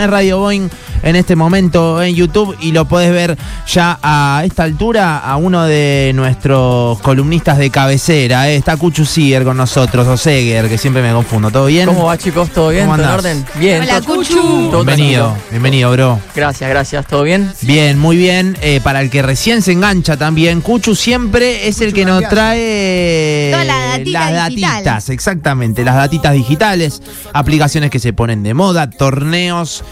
Radio Boing en este momento en YouTube y lo podés ver ya a esta altura a uno de nuestros columnistas de cabecera. Está Cuchu Seeger con nosotros, o Seeger, que siempre me confundo. ¿Todo bien? ¿Cómo va, chicos? ¿Todo bien? ¿Cómo ¿Todo en andás? orden? Bien. Hola, Cuchu. Bienvenido, bro. Gracias. ¿Todo bien? Bien, muy bien. Para el que recién se engancha también, Cuchu siempre es el que nos trae Toda la datita las digital. datitas, exactamente, las datitas digitales, aplicaciones que se ponen de moda, torneos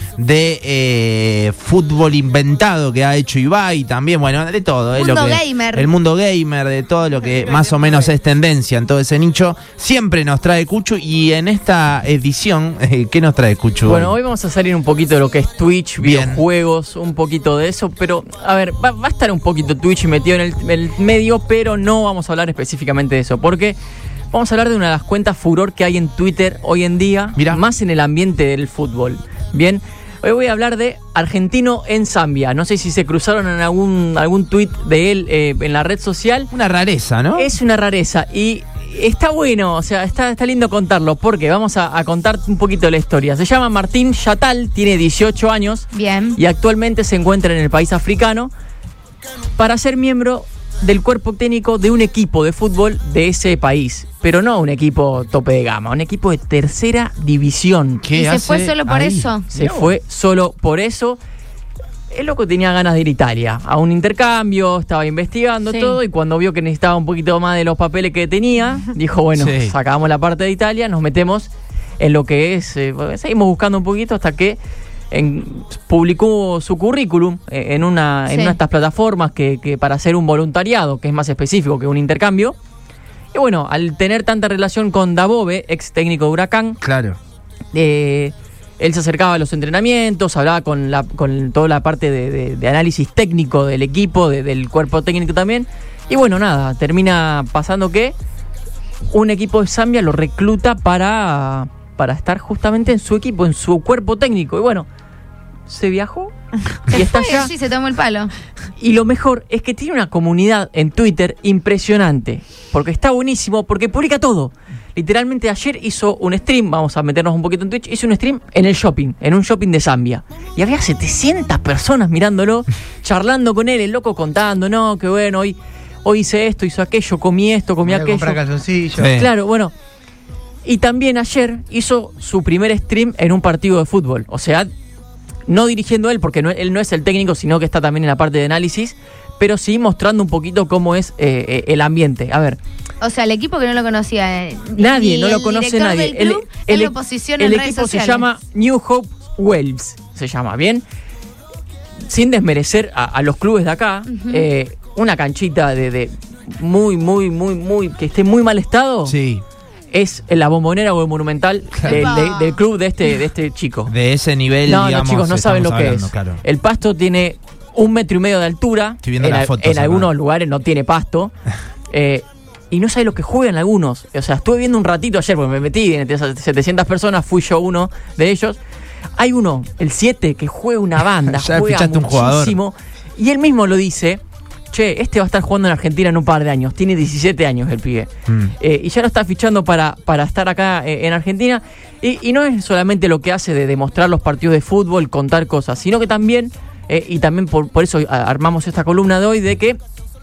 de fútbol inventado que ha hecho Ibai también, bueno, de todo. Mundo lo que, gamer. El mundo gamer, de todo lo que más o menos es tendencia en todo ese nicho, siempre nos trae Cuchu. Y en esta edición, ¿qué nos trae Cuchu? Bueno, hoy vamos a salir un poquito de lo que es Twitch, Bien. videojuegos, un poquito de eso, pero a ver, va a estar un poquito Twitch metido en el medio, pero no vamos a hablar específicamente de eso, porque vamos a hablar de una de las cuentas furor que hay en Twitter hoy en día, Mirá. más en el ambiente del fútbol. Bien, hoy voy a hablar de argentino en Zambia. No sé si se cruzaron en algún tweet de él en la red social. Una rareza, ¿no? Es una rareza y está bueno, o sea, está lindo contarlo, porque vamos a contar un poquito de la historia. Se llama Martín Yatal, tiene 18 años Bien. y actualmente se encuentra en el país africano para ser miembro del cuerpo técnico de un equipo de fútbol de ese país, pero no un equipo tope de gama, un equipo de tercera división. ¿Qué ¿Y se hace fue solo por ahí? eso? Se fue solo por eso. El loco tenía ganas de ir a Italia, a un intercambio, estaba investigando Sí. todo, y cuando vio que necesitaba un poquito más de los papeles que tenía, dijo, bueno, Sí. sacamos la parte de Italia, nos metemos en lo que es, seguimos buscando un poquito hasta que publicó su currículum en una Sí. de estas plataformas que para hacer un voluntariado, que es más específico que un intercambio. Y bueno, al tener tanta relación con Dabove, ex técnico de Huracán, Claro. él se acercaba a los entrenamientos, hablaba con toda la parte de análisis técnico del equipo, del cuerpo técnico también. Y bueno, nada, termina pasando que un equipo de Zambia lo recluta para estar justamente en su equipo, en su cuerpo técnico. Y bueno, se viajó y está allá. Sí, se tomó el palo. Y lo mejor es que tiene una comunidad en Twitter impresionante, porque está buenísimo, porque publica todo. Literalmente ayer hizo un stream, vamos a meternos un poquito en Twitch, hizo un stream en el shopping, en un shopping de Zambia. Y había 700 personas mirándolo, charlando con él, el loco contando, no, que bueno, hoy hice esto, hizo aquello, comí esto, comí aquello. Comprar calzoncillos. Sí. Claro, bueno. Y también ayer hizo su primer stream en un partido de fútbol. O sea, no dirigiendo él, porque él no es el técnico, sino que está también en la parte de análisis, pero sí mostrando un poquito cómo es el ambiente. A ver, O sea, el equipo que no lo conocía. nadie, ni no lo el conoce director nadie. del club, él lo posiciona en redes equipo sociales. se llama New Hope Wolves, se llama, ¿bien? Sin desmerecer a los clubes de acá, una canchita de muy, que esté en muy mal estado, Sí, es la Bombonera o el Monumental del club de este chico. de ese nivel, No, digamos, chicos, no saben lo estamos que hablando, es. claro. El pasto tiene 1,5 metros de altura. Estoy viendo las fotos En acá. algunos lugares no tiene pasto. Y no sabe lo que juegan algunos. O sea, estuve viendo un ratito ayer, porque me metí entre esas 700 personas, fui yo uno de ellos. Hay uno, el 7, que juega una banda, Ya juega fichaste un jugador. muchísimo. Y él mismo lo dice, che, este va a estar jugando en Argentina en un par de años. Tiene 17 años el pibe. Y ya lo está fichando para estar acá en Argentina. Y no es solamente lo que hace de demostrar los partidos de fútbol, contar cosas, sino que también, y también por eso armamos esta columna de hoy, de que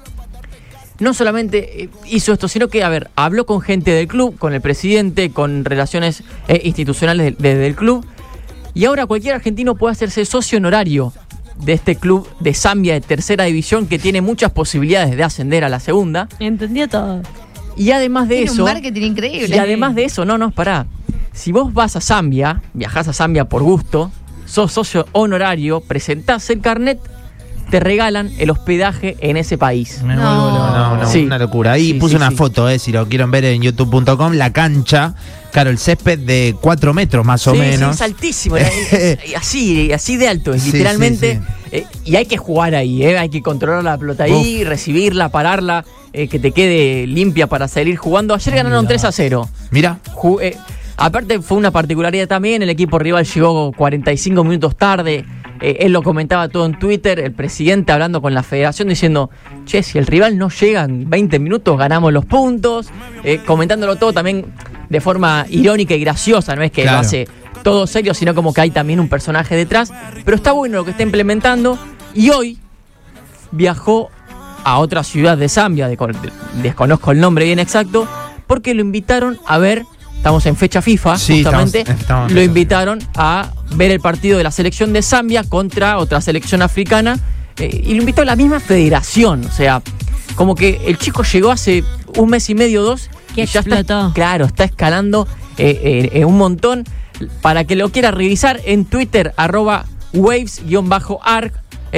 no solamente hizo esto, sino que, a ver, habló con gente del club, con el presidente, con relaciones institucionales del club. Y ahora cualquier argentino puede hacerse socio honorario de este club de Zambia de tercera división, que tiene muchas posibilidades de ascender a la segunda. Entendió todo. Y además de Tiene eso... un marketing increíble. Y además de eso, pará. Si vos vas a Zambia, viajás a Zambia por gusto, sos socio honorario, presentás el carnet, te regalan el hospedaje en ese país. Me No. vuelvo loco. No, Sí. una locura. Ahí Sí, puse sí, una sí. foto, si lo quieren ver en youtube.com, la cancha, claro, el césped de 4 metros más o Sí, menos. es altísimo, así de alto, es Sí, literalmente. sí, Y hay que jugar ahí, hay que controlar la pelota ahí, recibirla, pararla, que te quede limpia para salir jugando. Ayer ganaron 3-0. Mira, Aparte fue una particularidad también, el equipo rival llegó 45 minutos tarde. Él lo comentaba todo en Twitter, el presidente hablando con la federación diciendo, che, si el rival no llega en 20 minutos, ganamos los puntos. Comentándolo todo también de forma irónica y graciosa, no es que Claro. lo hace todo serio, sino como que hay también un personaje detrás. Pero está bueno lo que está implementando. Y hoy viajó a otra ciudad de Zambia, desconozco el nombre bien exacto, porque lo invitaron a ver, estamos en fecha FIFA, sí, justamente, estamos lo invitaron a ver el partido de la selección de Zambia contra otra selección africana, y lo invitó a la misma federación, o sea, como que el chico llegó hace un mes y medio, 2, que y ya explotó. está escalando un montón. Para que lo quiera revisar en Twitter, @waves_arg,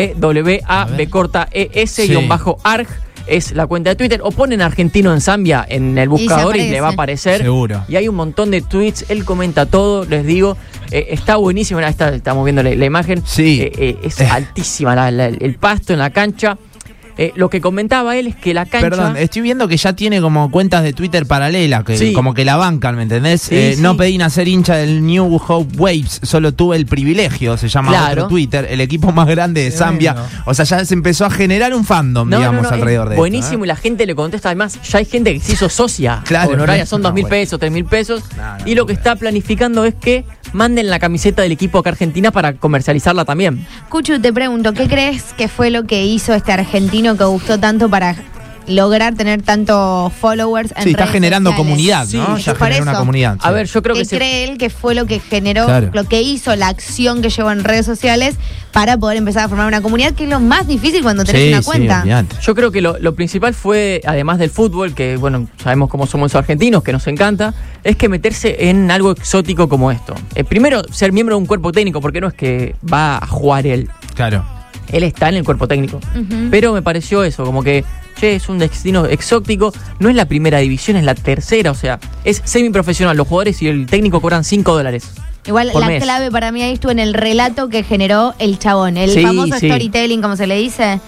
WAB_ES_ARG es la cuenta de Twitter, o ponen argentino en Zambia en el buscador y le va a aparecer. Seguro. Y hay un montón de tweets, él comenta todo, les digo, está buenísimo. Estamos viendo la imagen, sí. Es altísima el pasto en la cancha. Lo que comentaba él es que la cancha... Perdón, estoy viendo que ya tiene como cuentas de Twitter paralelas, que sí, como que la bancan, ¿me entendés? Sí, no sí. pedí nacer hincha del New Hope Waves, solo tuve el privilegio, se llama Claro. otro Twitter, el equipo más grande de Zambia. Bueno. O sea, ya se empezó a generar un fandom, digamos, alrededor de buenísimo, esto, y la gente le contesta. Además, ya hay gente que se hizo socia. Claro, honoraria, son no, 2.000 bueno. pesos, 3.000 pesos. No, Y lo que bueno. está planificando es que manden la camiseta del equipo acá a Argentina para comercializarla también. Cuchu, te pregunto, ¿qué crees que fue lo que hizo este argentino que gustó tanto para lograr tener tantos followers en Sí, está redes generando sociales? comunidad, Sí, ¿no? sí, Ya por generó una eso. comunidad. A sí. ver, yo creo ¿Qué que cree él que fue lo que generó, Claro. lo que hizo, la acción que llevó en redes sociales para poder empezar a formar una comunidad, que es lo más difícil cuando tenés Sí, una sí, cuenta? olvidate. Yo creo que lo principal fue, además del fútbol, que bueno, sabemos cómo somos los argentinos, que nos encanta, es que meterse en algo exótico como esto. Primero, ser miembro de un cuerpo técnico, porque no es que va a jugar él. Claro. Él está en el cuerpo técnico. Ujú. Pero me pareció eso, como que, che, es un destino exótico, no es la primera división, es la tercera, o sea, es semiprofesional. Los jugadores y el técnico cobran $5. Igual por la mes. clave para mí ahí estuvo en el relato que generó el chabón, el Sí, famoso sí. storytelling, como se le dice,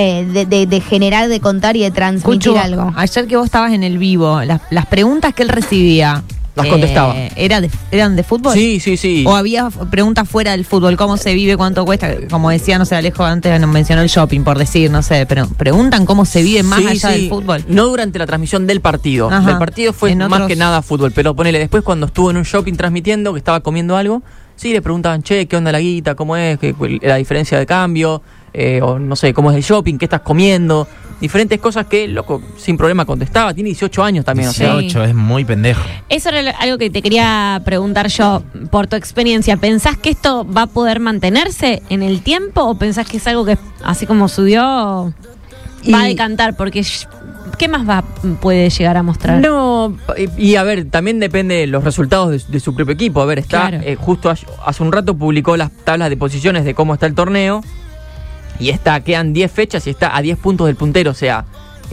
de generar, de contar y de transmitir Cucho, algo. ayer que vos estabas en el vivo, las preguntas que él recibía, Las contestaba. ¿eran de fútbol? Sí, sí, sí. ¿O había preguntas fuera del fútbol? ¿Cómo se vive? ¿Cuánto cuesta? Como decía, no sé, Alejo antes nos mencionó el shopping, por decir, no sé, pero preguntan cómo se vive más Sí, allá sí. del fútbol. No durante la transmisión del partido. Ajá. Del partido fue En más otros- que nada fútbol. Pero ponele, después cuando estuvo en un shopping transmitiendo, que estaba comiendo algo, sí, le preguntaban, che, ¿qué onda la guita? ¿Cómo es? La diferencia de cambio? O no sé, ¿cómo es el shopping? ¿Qué estás comiendo? Diferentes cosas que, loco, sin problema contestaba. Tiene 18 años también, o sea. 18, es muy pendejo. Eso era algo que te quería preguntar yo, por tu experiencia. ¿Pensás que esto va a poder mantenerse en el tiempo o pensás que es algo que, así como subió, va a Y- decantar? Porque, ¿qué más puede llegar a mostrar? No, y a ver, también depende de los resultados de su propio equipo. A ver, está Claro. justo hace un rato publicó las tablas de posiciones de cómo está el torneo. Y quedan 10 fechas y está a 10 puntos del puntero. O sea,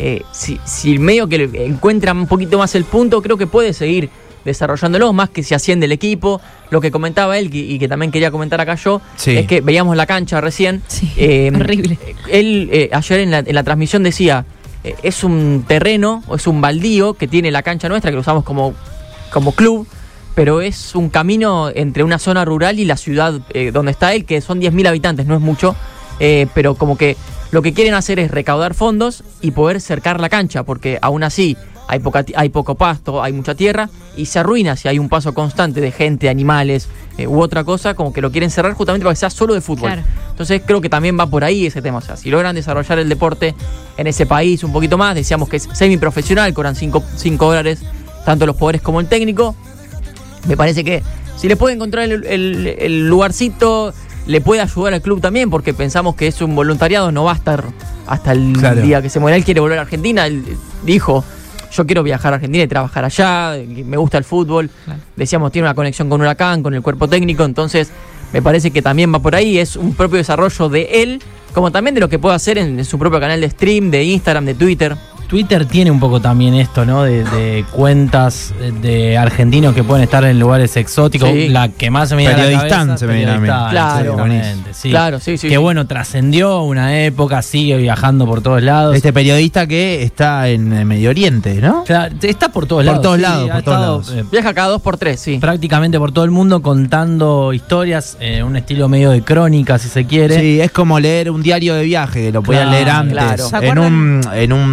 si medio que le encuentra un poquito más el punto, creo que puede seguir desarrollándolo, más que si asciende el equipo. Lo que comentaba él y que también quería comentar acá yo, Sí. es que veíamos la cancha recién. Sí, horrible. Él ayer en la transmisión decía, es un terreno, o es un baldío que tiene la cancha nuestra, que lo usamos como club, pero es un camino entre una zona rural y la ciudad donde está él, que son 10.000 habitantes, no es mucho, pero como que lo que quieren hacer es recaudar fondos y poder cercar la cancha, porque aún así hay poco pasto, hay mucha tierra, y se arruina si hay un paso constante de gente, animales u otra cosa, como que lo quieren cerrar justamente para que sea solo de fútbol. Claro. Entonces creo que también va por ahí ese tema, o sea, si logran desarrollar el deporte en ese país un poquito más, decíamos que es semiprofesional, cobran $5, tanto los jugadores como el técnico, me parece que si le puede encontrar el lugarcito, le puede ayudar al club también, porque pensamos que es un voluntariado, no va a estar hasta el Claro. día que se muera. Él quiere volver a Argentina, él dijo, yo quiero viajar a Argentina y trabajar allá, me gusta el fútbol. Claro. Decíamos, tiene una conexión con Huracán, con el cuerpo técnico, entonces me parece que también va por ahí, es un propio desarrollo de él, como también de lo que puede hacer en su propio canal de stream, de Instagram, de Twitter. Twitter tiene un poco también esto, ¿no? De cuentas de argentinos que pueden estar en lugares exóticos. Sí. La que más se me viene a la Periodistán cabeza, se me viene a mí. Periodistán, Claro. exactamente, sí. Claro, sí, sí. Que sí. bueno, trascendió una época, sigue viajando por todos lados. Este periodista que está en el Medio Oriente, ¿no? Claro, está por todos Por lados. todos sí, lados, ha por todos estado, lados. Viaja cada 2x3, sí. prácticamente por todo el mundo contando historias, un estilo medio de crónica, si se quiere. Sí, es como leer un diario de viaje, que lo podían Claro, leer antes. claro. ¿Se En acuerdan? un sitio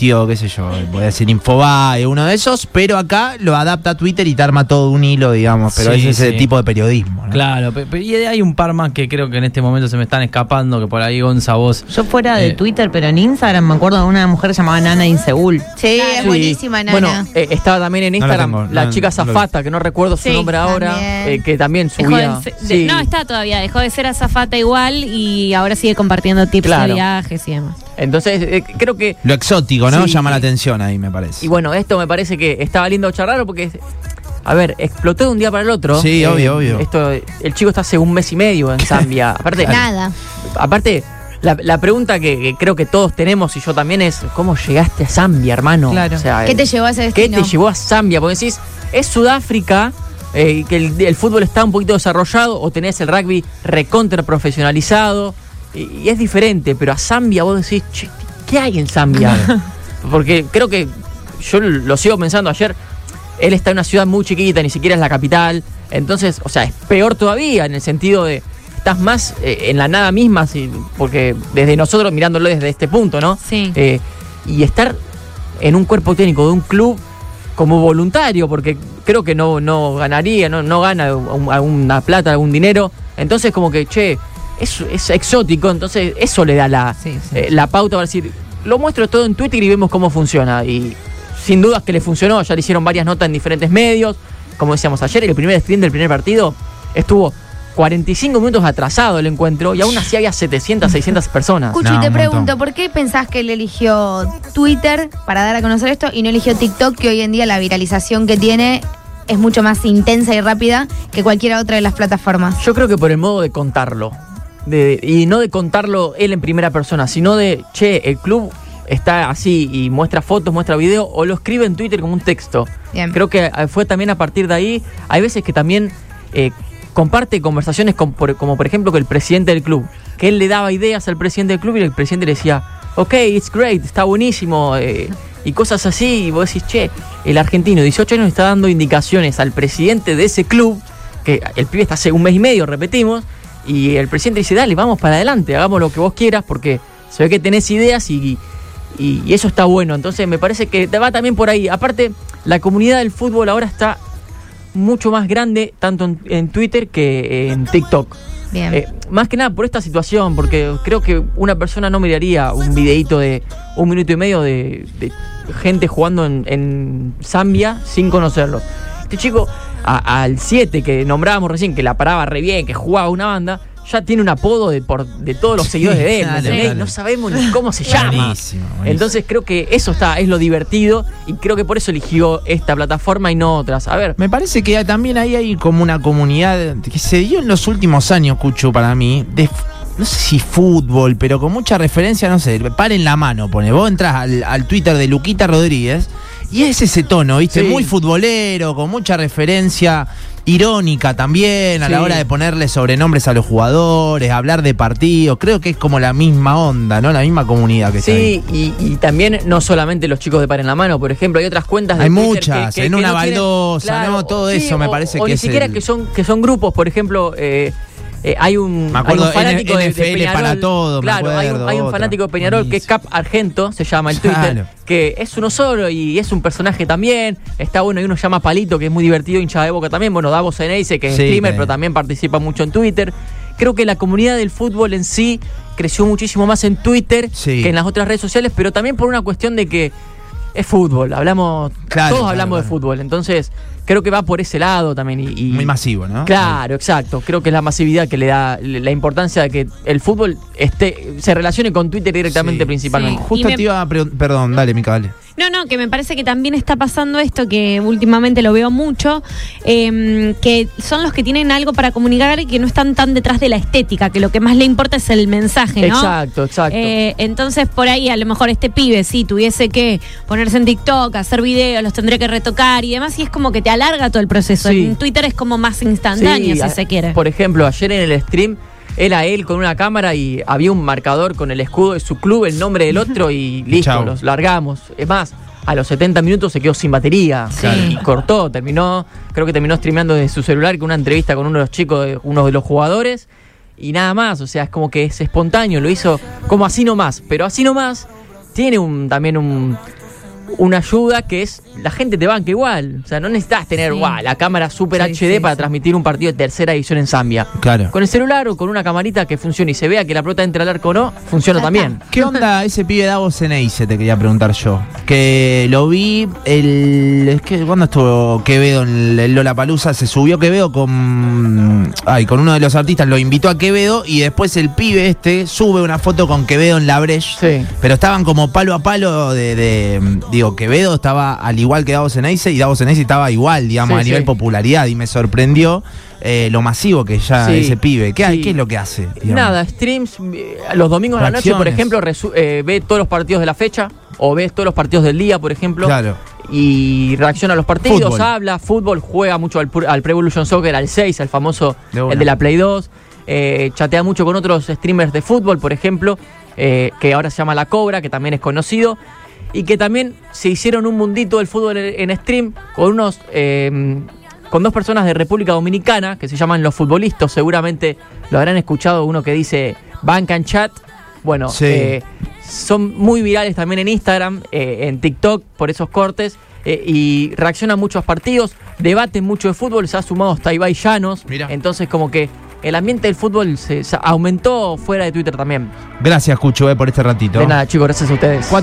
sitio, qué sé yo, puede decir Infobae, uno de esos, pero acá lo adapta a Twitter y te arma todo un hilo, digamos, pero Sí, es ese sí. tipo de periodismo, ¿no? Claro, y hay un par más que creo que en este momento se me están escapando, que por ahí Gonza vos. Yo fuera de Twitter, pero en Instagram me acuerdo de una mujer llamada Nana Inseul. Sí, es Sí. buenísima, Nana. Bueno, estaba también en No la Instagram tengo, la no, chica no lo vi. Zafata, que no recuerdo su Sí, nombre ahora, también. que también Dejó subía. Sí. no, está todavía, dejó de ser azafata igual y ahora sigue compartiendo tips Claro. de viajes y demás. Entonces, creo que. Lo exótico, ¿no? Sí. Llama la atención ahí, me parece. Y bueno, esto me parece que estaba lindo charlarlo porque. A ver, explotó de un día para el otro. Sí, obvio. El chico está hace un mes y medio en Zambia. Aparte, la pregunta que creo que todos tenemos y yo también es: ¿cómo llegaste a Zambia, hermano? Claro. O sea, ¿Qué te llevó a ese ¿qué destino? te llevó a Zambia? Porque decís, es Sudáfrica, que el fútbol está un poquito desarrollado, o tenés el rugby recontra profesionalizado, y es diferente, pero a Zambia vos decís, che, ¿qué hay en Zambia? Porque creo que yo lo sigo pensando ayer, él está en una ciudad muy chiquita, ni siquiera es la capital, entonces, o sea, es peor todavía en el sentido de, estás más en la nada misma, porque desde nosotros mirándolo desde este punto, ¿no? Sí. Y estar en un cuerpo técnico de un club como voluntario, porque creo que no ganaría, no gana alguna plata, algún dinero, entonces como que, che, es exótico, entonces eso le da la pauta para decir, lo muestro todo en Twitter y vemos cómo funciona, y sin dudas que le funcionó, ya le hicieron varias notas en diferentes medios, como decíamos ayer, el primer stream del primer partido estuvo 45 minutos atrasado el encuentro y aún así había 700, 600 personas. Cuchi, No, te un pregunto, montón. ¿por qué pensás que él eligió Twitter para dar a conocer esto y no eligió TikTok, que hoy en día la viralización que tiene es mucho más intensa y rápida que cualquier otra de las plataformas? Yo creo que por el modo de contarlo. Y no de contarlo él en primera persona, sino de, che, el club está así y muestra fotos, muestra video, o lo escribe en Twitter como un texto. Bien. Creo que fue también a partir de ahí. Hay veces que también comparte conversaciones como por ejemplo con el presidente del club, que él le daba ideas al presidente del club y el presidente le decía, ok, it's great, está buenísimo, y cosas así, y vos decís, che, el argentino de 18 años está dando indicaciones al presidente de ese club, que el pibe está hace un mes y medio, repetimos, y el presidente dice, dale, vamos para adelante, hagamos lo que vos quieras, porque se ve que tenés ideas y eso está bueno. Entonces me parece que te va también por ahí. Aparte, la comunidad del fútbol ahora está mucho más grande, tanto en Twitter que en TikTok. Bien. Más que nada por esta situación, porque creo que una persona no miraría un videíto de 1 minuto y medio de gente jugando en Zambia sin conocerlo. Este chico, al 7 que nombrábamos recién, que la paraba re bien, que jugaba una banda, ya tiene un apodo de todos los seguidores de él, claro, ¿me entendés? claro. No sabemos ni cómo se llama. Buenísimo. Entonces creo que eso es lo divertido, y creo que por eso eligió esta plataforma y no otras. A ver, Me parece que también ahí hay como una comunidad que se dio en los últimos años, Cucho, para mí, de no sé si fútbol, pero con mucha referencia, no sé, paren la mano, pone. Vos entras al Twitter de Luquita Rodríguez y es ese tono, ¿viste? Sí. Muy futbolero, con mucha referencia irónica también, a la Sí. hora de ponerle sobrenombres a los jugadores, hablar de partidos. Creo que es como la misma onda, ¿no? La misma comunidad que está ahí. sí, y también no solamente los chicos de Paren la Mano, por ejemplo, hay otras cuentas de Hay Twitter muchas, en una no tienen- baldosa, ¿no? Todo eso me parece o que ni es siquiera el- que son grupos, por ejemplo, hay un, Me acuerdo, hay un fanático de NFL Peñarol, para todo, me claro, acuerdo, hay un otra. fanático de Peñarol que es Cap Argento, se llama el Twitter, Claro. que es uno solo y es un personaje también, está bueno, y uno se llama Palito, que es muy divertido, hincha de Boca también, bueno, Davos Ceneice, que es Sí, streamer, que- pero también participa mucho en Twitter. Creo que la comunidad del fútbol en sí creció muchísimo más en Twitter Sí. que en las otras redes sociales, pero también por una cuestión de que es fútbol, Claro, todos claro, hablamos de claro. fútbol, entonces creo que va por ese lado también. Y Muy masivo, ¿no? Claro, exacto. Creo que es la masividad que le da la importancia de que el fútbol se relacione con Twitter directamente, Sí. principalmente. Sí. Justo Y me- te iba a perdón, dale, Mica, dale. No, que me parece que también está pasando esto, que últimamente lo veo mucho, que son los que tienen algo para comunicar y que no están tan detrás de la estética, que lo que más le importa es el mensaje, ¿no? Exacto. Entonces por ahí a lo mejor este pibe sí tuviese que ponerse en TikTok, hacer videos, los tendría que retocar y demás, y es como que te alarga todo el proceso. Sí. En Twitter es como más instantáneo, Sí, si se quiere. Por ejemplo, ayer en el stream era él con una cámara y había un marcador con el escudo de su club, el nombre del otro y listo, Chau. los largamos. Es más, a los 70 minutos se quedó sin batería Sí. y cortó, creo que terminó streameando desde su celular con una entrevista con uno de los chicos, uno de los jugadores y nada más. O sea, es como que es espontáneo, lo hizo como así nomás, pero así nomás tiene también una ayuda que es la gente te banca igual. O sea, no necesitas tener la cámara Super HD para transmitir un partido de tercera división en Zambia. Claro. Con el celular o con una camarita que funcione y se vea que la pelota entra al arco o no, funciona también. ¿Qué onda ese pibe Davos Ceneice? Te quería preguntar yo. Que lo vi ¿cuándo estuvo Quevedo en el Lollapalooza? Se subió Quevedo con uno de los artistas, lo invitó a Quevedo y después el pibe sube una foto con Quevedo en la Breche. Sí. Pero estaban como palo a palo digo, Quevedo estaba al igual que Davos Ceneice y Davos Ceneice estaba igual, digamos, a nivel popularidad, y me sorprendió lo masivo que ya ese pibe. ¿Qué es lo que hace? Digamos? Nada, streams, los domingos a la noche, por ejemplo, ve todos los partidos de la fecha, o ves todos los partidos del día, por ejemplo. Claro. Y reacciona a los partidos, Fútbol. Habla, fútbol, juega mucho al Pro Evolution Soccer, al 6, al famoso, el de la Play 2. Chatea mucho con otros streamers de fútbol, por ejemplo, que ahora se llama La Cobra, que también es conocido. Y que también se hicieron un mundito del fútbol en stream con con dos personas de República Dominicana que se llaman Los Futbolistas. Seguramente lo habrán escuchado, uno que dice Bank and Chat. Bueno, son muy virales también en Instagram, en TikTok por esos cortes, y reaccionan muchos partidos, debaten mucho de fútbol. Se ha sumado hasta Ibai Llanos. Mirá. Entonces como que el ambiente del fútbol se aumentó fuera de Twitter también. Gracias, Cucho, por este ratito. De nada, chicos, gracias a ustedes.